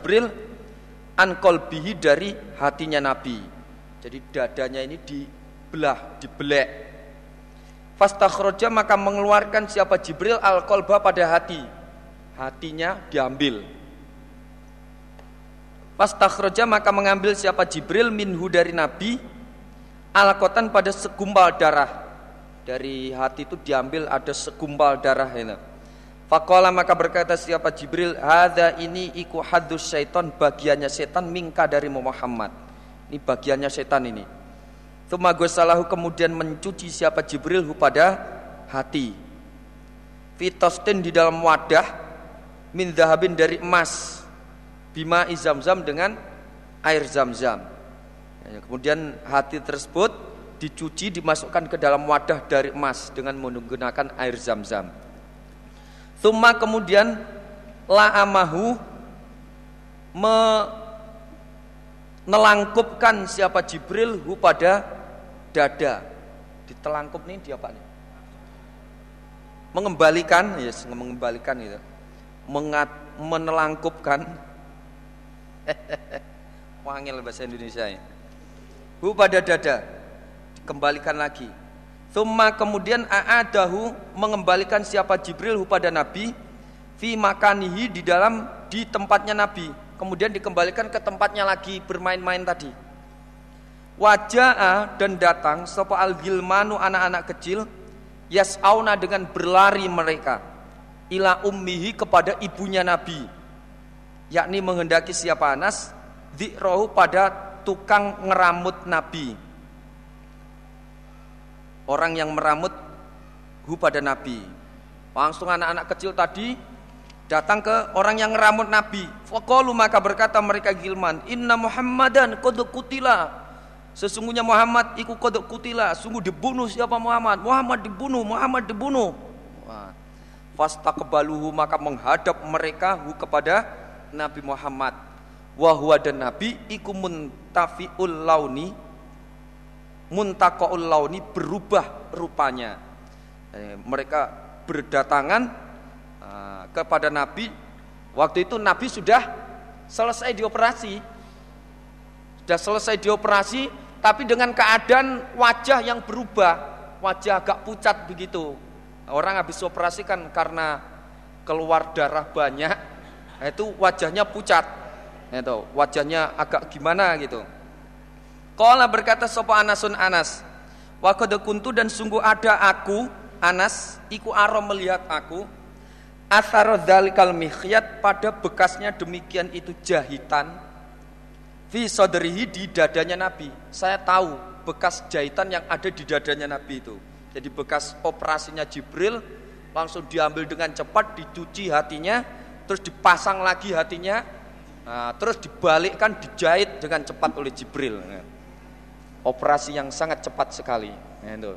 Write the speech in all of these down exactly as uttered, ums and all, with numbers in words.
Jibril an qalbihi dari hatinya Nabi. Jadi dadanya ini dibelah, dibelek. Fastakhraja maka mengeluarkan siapa Jibril al-qalba pada hati. Hatinya diambil. Fastakhraja maka mengambil siapa Jibril minhu dari Nabi alaqatan pada segumpal darah. Dari hati itu diambil ada segumpal darah ini. Faqala maka berkata siapa Jibril, hadza ini iku haddus syaiton, bagiannya setan mingka dari Muhammad. Ini bagiannya setan ini. Tsumma ghasalahu kemudian mencuci siapa Jibril pada hati. Fitostin di dalam wadah min dhahabin dari emas. Bima izamzam dengan air zam-zam. Kemudian hati tersebut dicuci dimasukkan ke dalam wadah dari emas dengan menggunakan air zam-zam. Tsumma kemudian la'amahu menelangkupkan siapa Jibril hu pada dada. Ditelangkup nih dia apa nih? Mengembalikan, yes, mengembalikan gitu. Mengat, menelangkupkan. Wangil bahasa Indonesia ya. Hu pada dada. Dikembalikan lagi. Tsumma kemudian a'adahu mengembalikan siapa Jibril pada Nabi fi makanihi di dalam di tempatnya Nabi. Kemudian dikembalikan ke tempatnya lagi bermain-main tadi. Waja'a dan datang sapa al-gilmanu anak-anak kecil yas'auna dengan berlari mereka ila ummihi kepada ibunya Nabi. Yakni menghendaki siapa Anas dzikrahu pada tukang ngeramut Nabi. Orang yang meramut hu pada Nabi. Langsung anak-anak kecil tadi datang ke orang yang ngeramut Nabi. Faqalu maka berkata mereka gilman, inna Muhammadan qad qutila. Sesungguhnya Muhammad iku qad qutila, sungguh dibunuh siapa Muhammad? Muhammad dibunuh, Muhammad dibunuh. Wah. Fastaqbaluhu maka menghadap mereka hu kepada Nabi Muhammad. Wa huwa dan Nabi iku muntafiul launi, muntaqaul launi berubah rupanya. Eh, mereka berdatangan uh, kepada Nabi. Waktu itu Nabi sudah selesai dioperasi, sudah selesai dioperasi, tapi dengan keadaan wajah yang berubah, wajah agak pucat begitu. Orang habis operasi kan karena keluar darah banyak, itu wajahnya pucat, itu wajahnya agak gimana gitu. Qala berkata sapa Anasun Anas, wa qad kuntu dan sungguh ada aku Anas iku aro melihat aku athar dzalikal mikhyat pada bekasnya demikian itu jahitan fi sadrihi di dadanya Nabi. Saya tahu bekas jahitan yang ada di dadanya Nabi itu. Jadi bekas operasinya Jibril langsung diambil dengan cepat, dicuci hatinya, terus dipasang lagi hatinya, nah, terus dibalikkan, dijahit dengan cepat oleh Jibril. Operasi yang sangat cepat sekali. Nah, itu.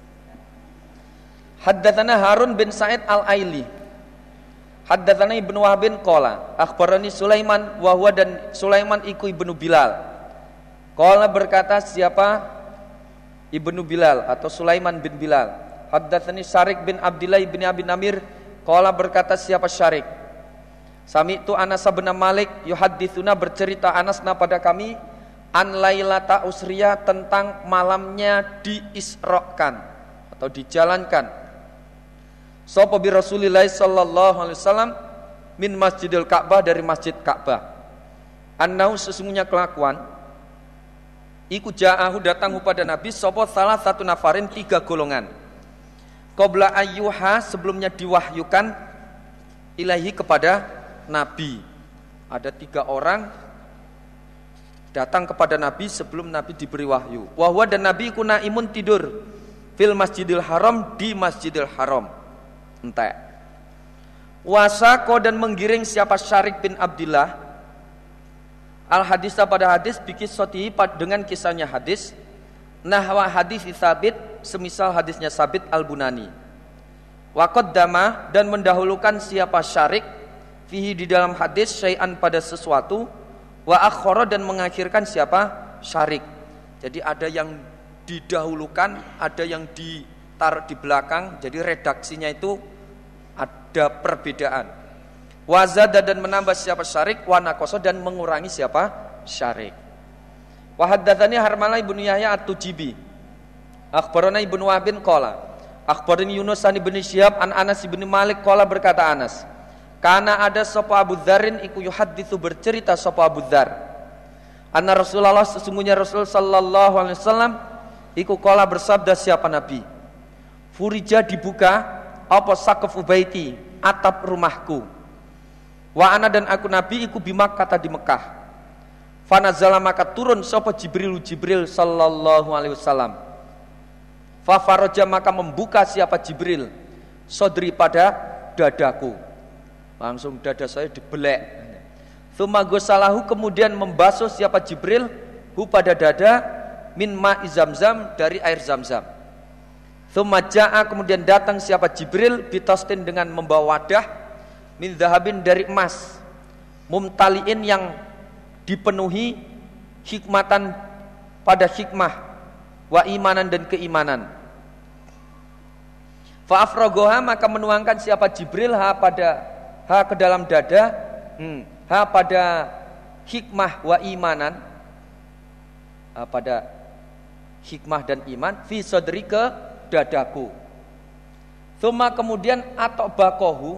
Haddatsana Harun bin Sa'id al-Aili. Haddatsana Ibnu Wahb bin qala, akhbarani Sulaiman wa huwa dan Sulaiman iku Ibnu Bilal. Qala berkata siapa? Ibnu Bilal atau Sulaiman bin Bilal. Haddatsani Syarik bin Abdillah bin Abi Namir. Qala berkata siapa Syarik? Sami'tu Anas bin Malik yuhadditsuna bercerita Anasna pada kami an lailata usriya tentang malamnya diisrokan atau dijalankan sapa bi Rasulillah sallallahu alaihi wasallam min Masjidil Ka'bah dari Masjid Ka'bah. Annau sesungguhnya kelakuan iku ja'ahu datang kepada Nabi sapa salah satu nafarin tiga golongan. Qabla ayyuha sebelumnya diwahyukan ilahi kepada Nabi. Ada tiga orang datang kepada Nabi sebelum Nabi diberi wahyu. Wahwa dan Nabi iku naimun tidur fil Masjidil Haram di Masjidil Haram. Entek. Wasaqo dan menggiring siapa Syarik bin Abdillah al hadisah pada hadis bikis sotihi dengan kisahnya hadis nahwa hadis Sabit semisal hadisnya Sabit al-Bunani. Waqad dama dan mendahulukan siapa Syarik fihi di dalam hadis syai'an pada sesuatu wa akhara dan mengakhirkan siapa Syarik. Jadi ada yang didahulukan, ada yang ditaruh di belakang. Jadi redaksinya itu ada perbedaan. Wazada dan menambah siapa syarik, wa naqasa dan mengurangi siapa syarik. Wa haddatsani Harmalah ibnu Yahya at-Tujibi. Akhbarana Ibnu Wahb qala akhbarani Yunus an ibnu Syihab an Anas ibnu Malik qala berkata Anas, kana ada sapa Abu Dzarrin iku yuhadditsu bercerita sapa Abu Dzar. Anna Rasulullah sesungguhnya Rasul sallallahu alaihi wasallam iku qala bersabda siapa Nabi. Furija dibuka apa saqafu baiti atap rumahku. Wa ana dan aku Nabi iku bimak kata di Mekah. Fanazala maka turun sapa Jibril Jibril sallallahu alaihi wasallam. Fa faraja maka membuka siapa Jibril sodri pada dadaku. Langsung dada saya dibelek. Tsumma gosalahu kemudian membasuh siapa Jibril hu pada dada min ma'i Zamzam dari air Zamzam. Tsumma jaa kemudian datang siapa Jibril bitastin dengan membawa wadah min zahabin dari emas mumtaliin yang dipenuhi hikmatan pada hikmah wa imanan dan keimanan. Fa afrogoha maka menuangkan siapa Jibril ha pada ha ke dalam dada hmm, ha pada hikmah wa imanan ha pada hikmah dan iman fi sadri ke dadaku. Tsumma kemudian atau bakohu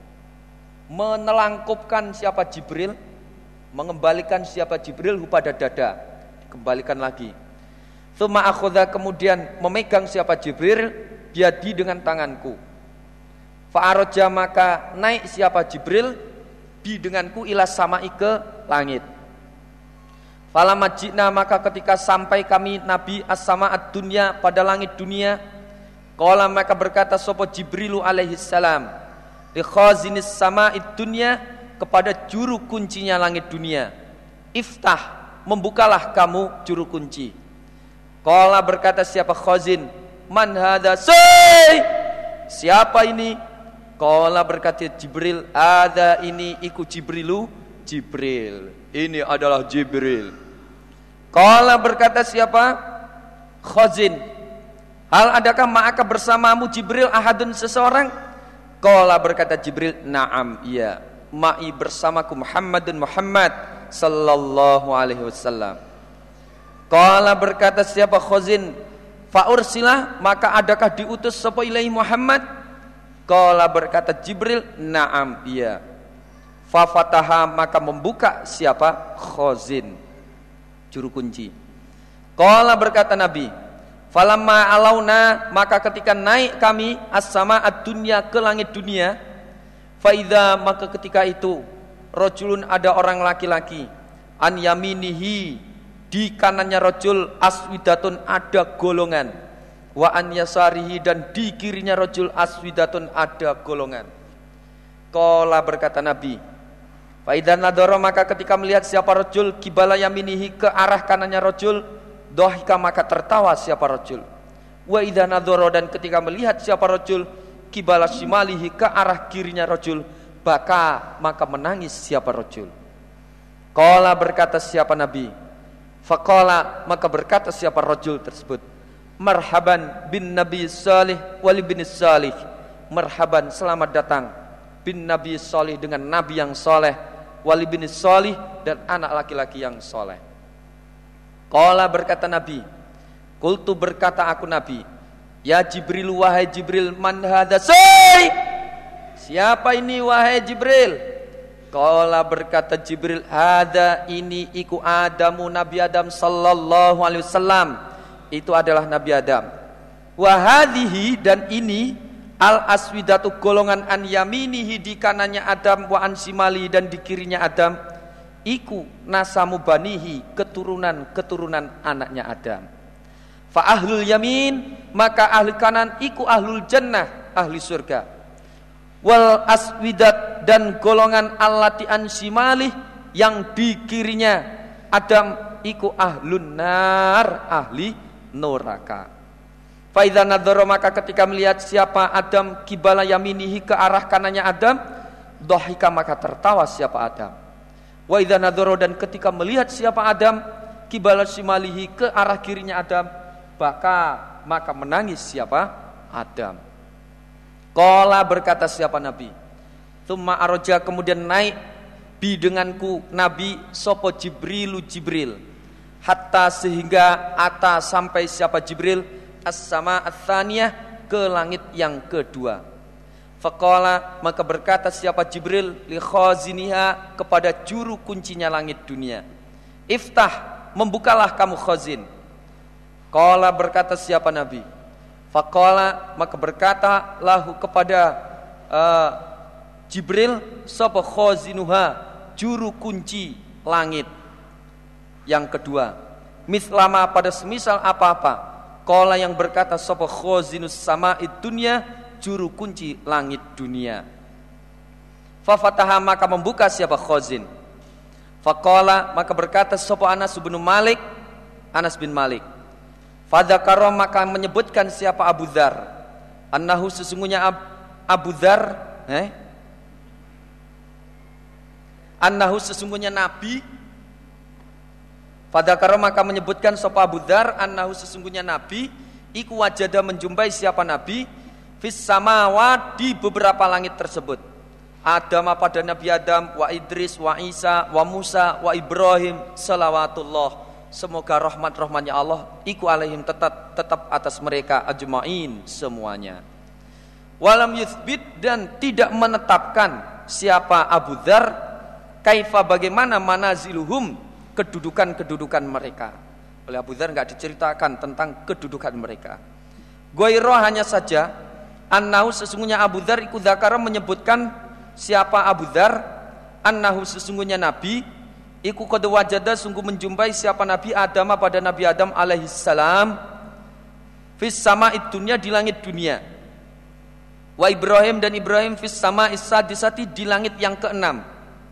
menelangkupkan siapa Jibril, mengembalikan siapa Jibril pada dada, dikembalikan lagi. Tsumma akhadha kemudian memegang siapa Jibril biadi dengan tanganku. Fa araja maka naik siapa Jibril bi denganku ila sama'i ke langit. Falamma ji'na maka ketika sampai kami Nabi as-sama'ad dunya pada langit dunia, qala maka berkata sapa Jibrilu alaihi salam li khazinis sama'id dunya kepada juru kuncinya langit dunia, iftah membukalah kamu juru kunci. Qala berkata siapa khazin, man hadza say, siapa ini? Qala berkata Jibril, ada ini iku Jibrilu Jibril, ini adalah Jibril. Qala berkata siapa khazin, hal adakah ma'aka bersamamu Jibril ahadun seseorang? Qala berkata Jibril, na'am iya, ma'i bersamaku Muhammadun Muhammad sallallahu alaihi wasallam. Qala berkata siapa khazin, fa ursilah maka adakah diutus sapa ilaihi Muhammad? Qala berkata Jibril, na'am iya. Fa fataha maka membuka siapa khazin, juru kunci. Qala berkata Nabi, falamma alauna maka ketika naik kami as-sama ad-dunya ke langit dunia, faidha maka ketika itu rajulun ada orang laki-laki an yaminihi di kanannya rajul aswidatun ada golongan, wa an yasarihi dan di kirinya rajul aswidatun ada golongan. Qala berkata Nabi, fa idzan nadara maka ketika melihat siapa rajul kibala yaminihi ke arah kanannya rajul, dhahika maka tertawa siapa rajul. Wa idzan nadara dan ketika melihat siapa rajul kibala shimalihi ke arah kirinya rajul, baka maka menangis siapa rajul. Qala berkata siapa Nabi, faqala maka berkata siapa rajul tersebut, marhaban bin nabi salih wali bin salih, marhaban selamat datang bin nabi salih dengan nabi yang soleh, wali bin salih dan anak laki-laki yang soleh. Qala berkata Nabi, qultu berkata aku Nabi, ya Jibril wahai Jibril, man hadza say, siapa ini wahai Jibril? Qala berkata Jibril, hadza ini iku Adamu Nabi Adam sallallahu alaihi wasallam, itu adalah Nabi Adam. Wa hadhihi dan ini al aswidatu golongan an yaminihi di kanannya Adam, wa an simali dan di kirinya Adam, iku nasamu banihi keturunan-keturunan anaknya Adam. Fa ahlul yamin maka ahli kanan iku ahlul jannah ahli surga. Wal aswidat dan golongan allati an simalih yang di kirinya Adam iku ahlun nar ahli neraka. Fa idza nadzara maka ketika melihat siapa Adam kibala yaminihi ke arah kanannya Adam, dhahika maka tertawa siapa Adam. Wa idza nadzara dan ketika melihat siapa Adam kibala simalihi ke arah kirinya Adam, baka maka menangis siapa Adam. Qala berkata siapa Nabi, Tsumma araja kemudian naik bi denganku Nabi sopo Jibrilu Jibril hatta sehingga ata sampai siapa Jibril as-sama ats-tsaniyah ke langit yang kedua. Faqala maka berkata siapa Jibril li khaziniha kepada juru kuncinya langit dunia. Iftah membukalah kamu khazin. Qala berkata siapa Nabi. Faqala maka berkata lahu kepada uh, Jibril sapa khazinuha juru kunci langit yang kedua. Mislama pada semisal apa-apa. Qala yang berkata sapa khazinus sama'id dunya juru kunci langit dunia. Fa fataha maka membuka siapa khazin. Faqala maka berkata sapa Anas bin Malik Anas bin Malik. Fadzakara maka menyebutkan siapa Abu Dzar. Annahu sesungguhnya Abu Dzar eh Annahu sesungguhnya Nabi. Fadzakara maka menyebutkan sapa Abu Dzar annahu sesungguhnya Nabi iku wajada menjumpai siapa Nabi fis samawat di beberapa langit tersebut. Adam pada Nabi Adam, wa Idris, wa Isa, wa Musa, wa Ibrahim, salawatullah. Semoga rahmat-rahmatnya Allah iku alaihim tetap tetap atas mereka ajmain semuanya. Walam yuthbit dan tidak menetapkan siapa Abu Dzar kaifa bagaimana manaziluhum kedudukan-kedudukan mereka. Oleh Abu Dzar enggak diceritakan tentang kedudukan mereka. Ghaira hanya saja annahu sesungguhnya Abu Dzar iku dzakara menyebutkan siapa Abu Dzar annahu sesungguhnya Nabi iku qad wajada sungguh menjumpai siapa Nabi Adam pada Nabi Adam alaihi salam fis sama'id dunya di langit dunia. Wa Ibrahim dan Ibrahim fis sama'is sadisati di langit yang keenam.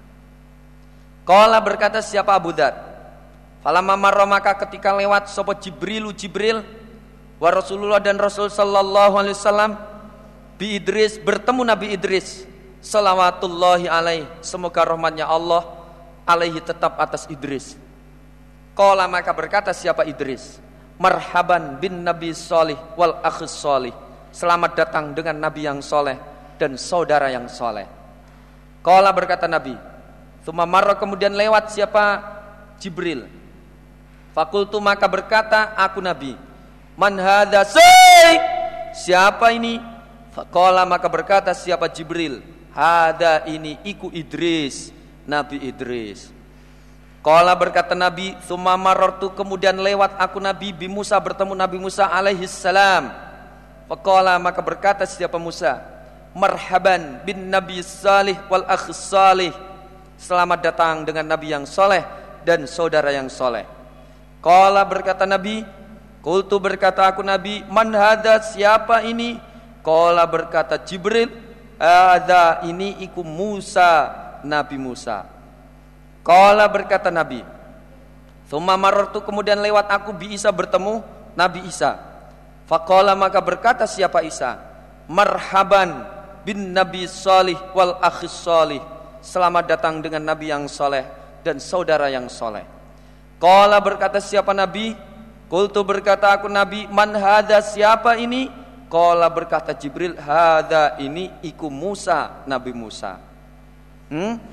Qala berkata siapa Abu Dzar. Falamma marra maka ketika lewat sapa Jibrilu Jibril wa Rasulullah dan Rasul sallallahu alaihi wasallam bi Idris bertemu Nabi Idris salawatullahi alaihi semoga rahmatnya Allah alaihi tetap atas Idris. Qala maka berkata siapa Idris. Marhaban bin Nabi Salih wal akhis Salih. Selamat datang dengan Nabi yang soleh dan saudara yang soleh. Qala berkata Nabi. Tsumma marra kemudian lewat siapa Jibril. Fakultu maka berkata aku Nabi. Man hadza say? Siapa ini? Faqala maka berkata siapa Jibril. Hada ini iku Idris, Nabi Idris. Qala berkata Nabi, tsumma marartu kemudian lewat aku Nabi bi Musa bertemu Nabi Musa alaihi salam. Faqala maka berkata siapa Musa, marhaban bin Nabi salih wal akh salih. Selamat datang dengan Nabi yang soleh dan saudara yang soleh. Qala berkata Nabi, qultu berkata aku Nabi, man hadza siapa ini? Qala berkata Jibril, hadza ini iku Musa, Nabi Musa. Qala berkata Nabi, tsumma marartu kemudian lewat aku bi Isa bertemu Nabi Isa. Faqala maka berkata siapa Isa, marhaban bin Nabi salih wal akhis salih. Selamat datang dengan Nabi yang soleh dan saudara yang soleh. Qala berkata siapa Nabi? Qultu berkata aku Nabi, man hadza siapa ini? Qala berkata Jibril, hadza ini iku Musa, Nabi Musa. Hmm?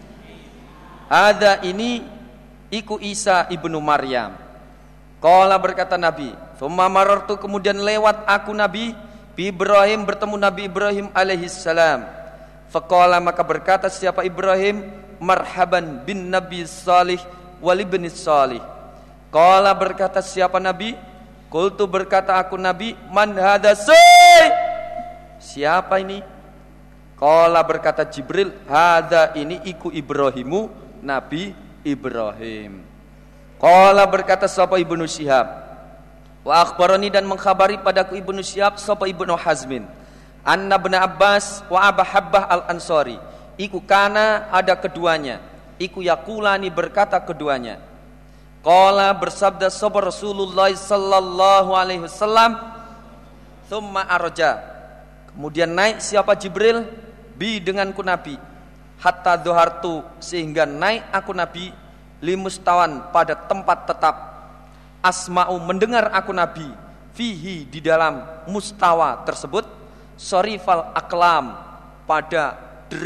Hadza ini iku Isa ibnu Maryam. Qala berkata Nabi, tsumma marartu kemudian lewat aku Nabi bi Ibrahim bertemu Nabi Ibrahim alaihi salam. Faqala maka berkata siapa Ibrahim, marhaban bin Nabi salih wal ibni salih. Qala berkata siapa Nabi? Qultu berkata aku Nabi, man hadza say? Siapa ini? Qala berkata Jibril, hadza ini iku Ibrahimu, Nabi Ibrahim. Qala berkata sapa Ibnu Syihab, wa akhbarani dan mengkhabari padaku Ibnu Syihab sapa Ibnu Hazmin. Anna bin Abbas wa Abu Habbah al-Ansari iku kana ada keduanya iku yakulani berkata keduanya. Qala bersabda sapa Rasulullah sallallahu alaihi wasallam, tsumma arja kemudian naik siapa Jibril bi denganku Nabi hatta dhuhartu sehingga naik aku Nabi limustawan pada tempat tetap. Asma'u mendengar aku Nabi fihi di dalam mustawa tersebut sorifal aklam pada derit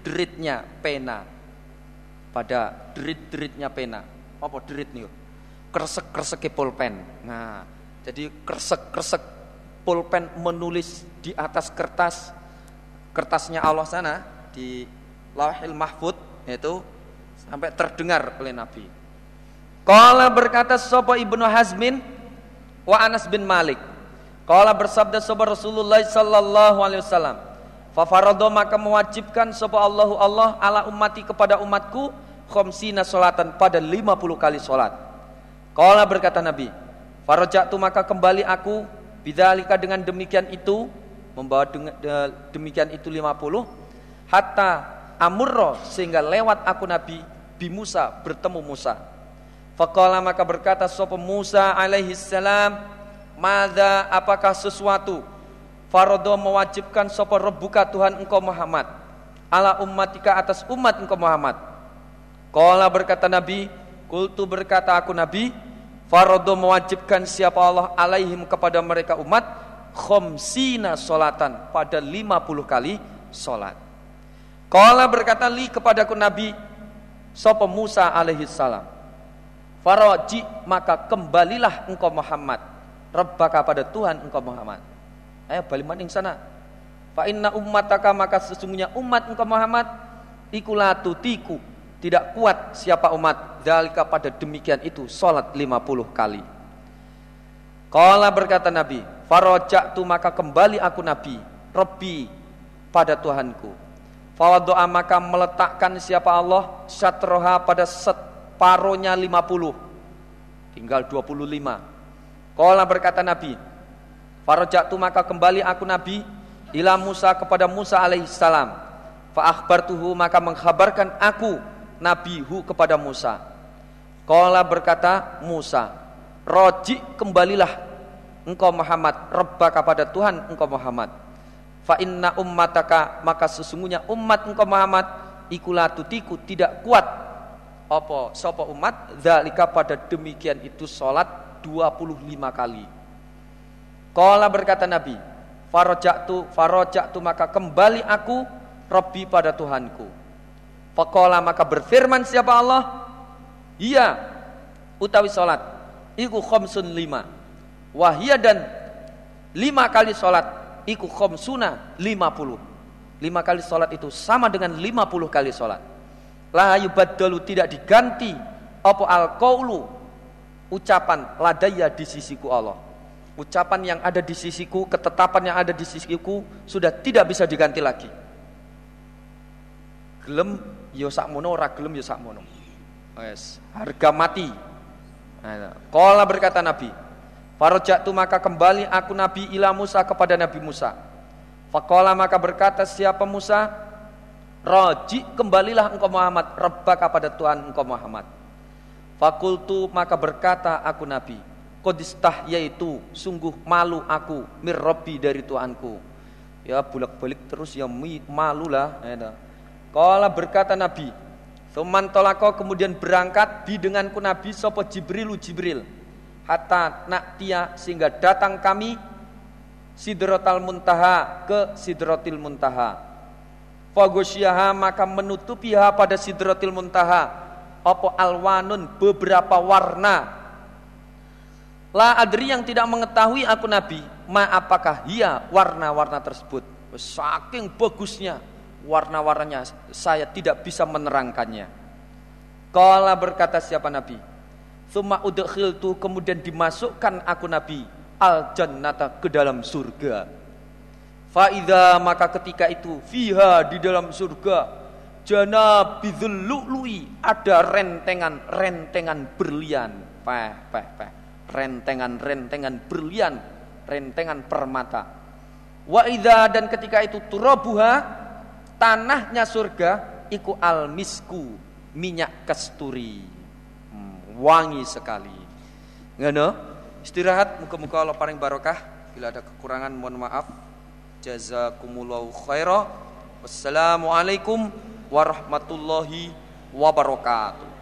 derit-deritnya pena. Pada derit-deritnya pena. Apa derit nih? Kresek-kresek pulpen. Nah, jadi kresek-kresek pulpen menulis di atas kertas kertasnya Allah sana di Lauhil Mahfuz itu sampai terdengar oleh Nabi. Qala berkata sapa Ibnu Hazmin wa Anas bin Malik. Qala bersabda sapa Rasulullah sallallahu alaihi wasallam, fa farada maka mewajibkan sapa Allahu Allah ala ummati kepada umatku khamsina salatan pada lima puluh kali salat. Qala berkata Nabi, farajatu maka kembali aku bidzalika dengan demikian itu, membawa demikian itu lima puluh hatta amurra sehingga lewat aku Nabi bi Musa bertemu Musa. Faqala maka berkata sapa Musa alaihi salam, madza apakah sesuatu farada mewajibkan sapa rabbuka Tuhan engkau Muhammad ala ummatika atas umat engkau Muhammad. Qala berkata Nabi, qultu berkata aku Nabi, farada mewajibkan siapa Allah alaihim kepada mereka umat khamsina salatan pada lima puluh kali salat. Qala berkata li kepadaku Nabi sapa Musa alaihi salam, faraji maka kembalilah engkau Muhammad rabbaka pada Tuhan engkau Muhammad. Ayo balik maning sana. Fa inna ummataka maka sesungguhnya umat engkau Muhammad ikulatu tiku tidak kuat siapa umat dzalika pada demikian itu salat lima puluh kali. Qala berkata Nabi, faraja'tu maka kembali aku Nabi Rabbi pada Tuhanku. Fawado'a maka meletakkan siapa Allah syatroha pada separohnya lima puluh, tinggal dua puluh lima. Qala berkata Nabi, faraja'tu maka kembali aku Nabi ila Musa kepada Musa alaihissalam. Fa akhbartuhu maka mengkhabarkan aku Nabi hu kepada Musa. Qala berkata Musa, roji kembalilah engkau Muhammad rabbaka pada Tuhan engkau Muhammad. Fa inna ummataka maka sesungguhnya umat engkau Muhammad ikulatutiku tidak kuat apa sapa umat zalika pada demikian itu salat dua puluh lima kali. Qala berkata Nabi, faraja'tu faraja'tu maka kembali aku Rabbi pada Tuhanku. Faqala maka berfirman siapa Allah, iya utawi salat iku khamsun lima, wahia dan lima kali salat iku khamsuna lima puluh. Lima kali salat itu sama dengan lima puluh kali salat. La yubaddalu tidak diganti apa alqaulu ucapan ladaya di sisiku Allah. Ucapan yang ada di sisiku, ketetapan yang ada di sisiku sudah tidak bisa diganti lagi. Gelem yo sakmono, ora gelem yo sakmono. Wes, harga mati. Qala berkata Nabi, faraja'tu maka kembali aku Nabi ila Musa kepada Nabi Musa. Faqala maka berkata siapa Musa, raji kembalilah engkau Muhammad rabbaka pada Tuhan engkau Muhammad. Fakultu maka berkata aku Nabi, qadistah yaitu sungguh malu aku mir rabbi dari Tuhanku. Ya bolak-balik terus ya malulah. Qala berkata Nabi, "Tsumman talaqa kemudian berangkat bi denganku Nabi sapa Jibrilu Jibril hatta naktia sehingga datang kami Sidratal Muntaha ke Sidratil Muntaha. Fagosyaha maka menutupiha pada Sidratil Muntaha apa alwanun beberapa warna. La adri yang tidak mengetahui aku Nabi ma apakah ia warna-warna tersebut. Saking bagusnya warna-warnanya saya tidak bisa menerangkannya. Qala berkata siapa Nabi, "Tsumma udkhiltu kemudian dimasukkan aku Nabi al jannata ke dalam surga. Fa idza maka ketika itu fiha di dalam surga janabidzul lu'lu'i ada rentengan-rentengan berlian, peh peh peh, rentengan-rentengan berlian, rentengan permata. Wa idza dan ketika itu turabuha tanahnya surga iku almisku minyak kasturi, hmm, wangi sekali. Ngono, istirahat muga-muga Allah paring barokah. Bila ada kekurangan mohon maaf. Jazakumullahu khairan. Wassalamualaikum warahmatullahi wabarakatuh.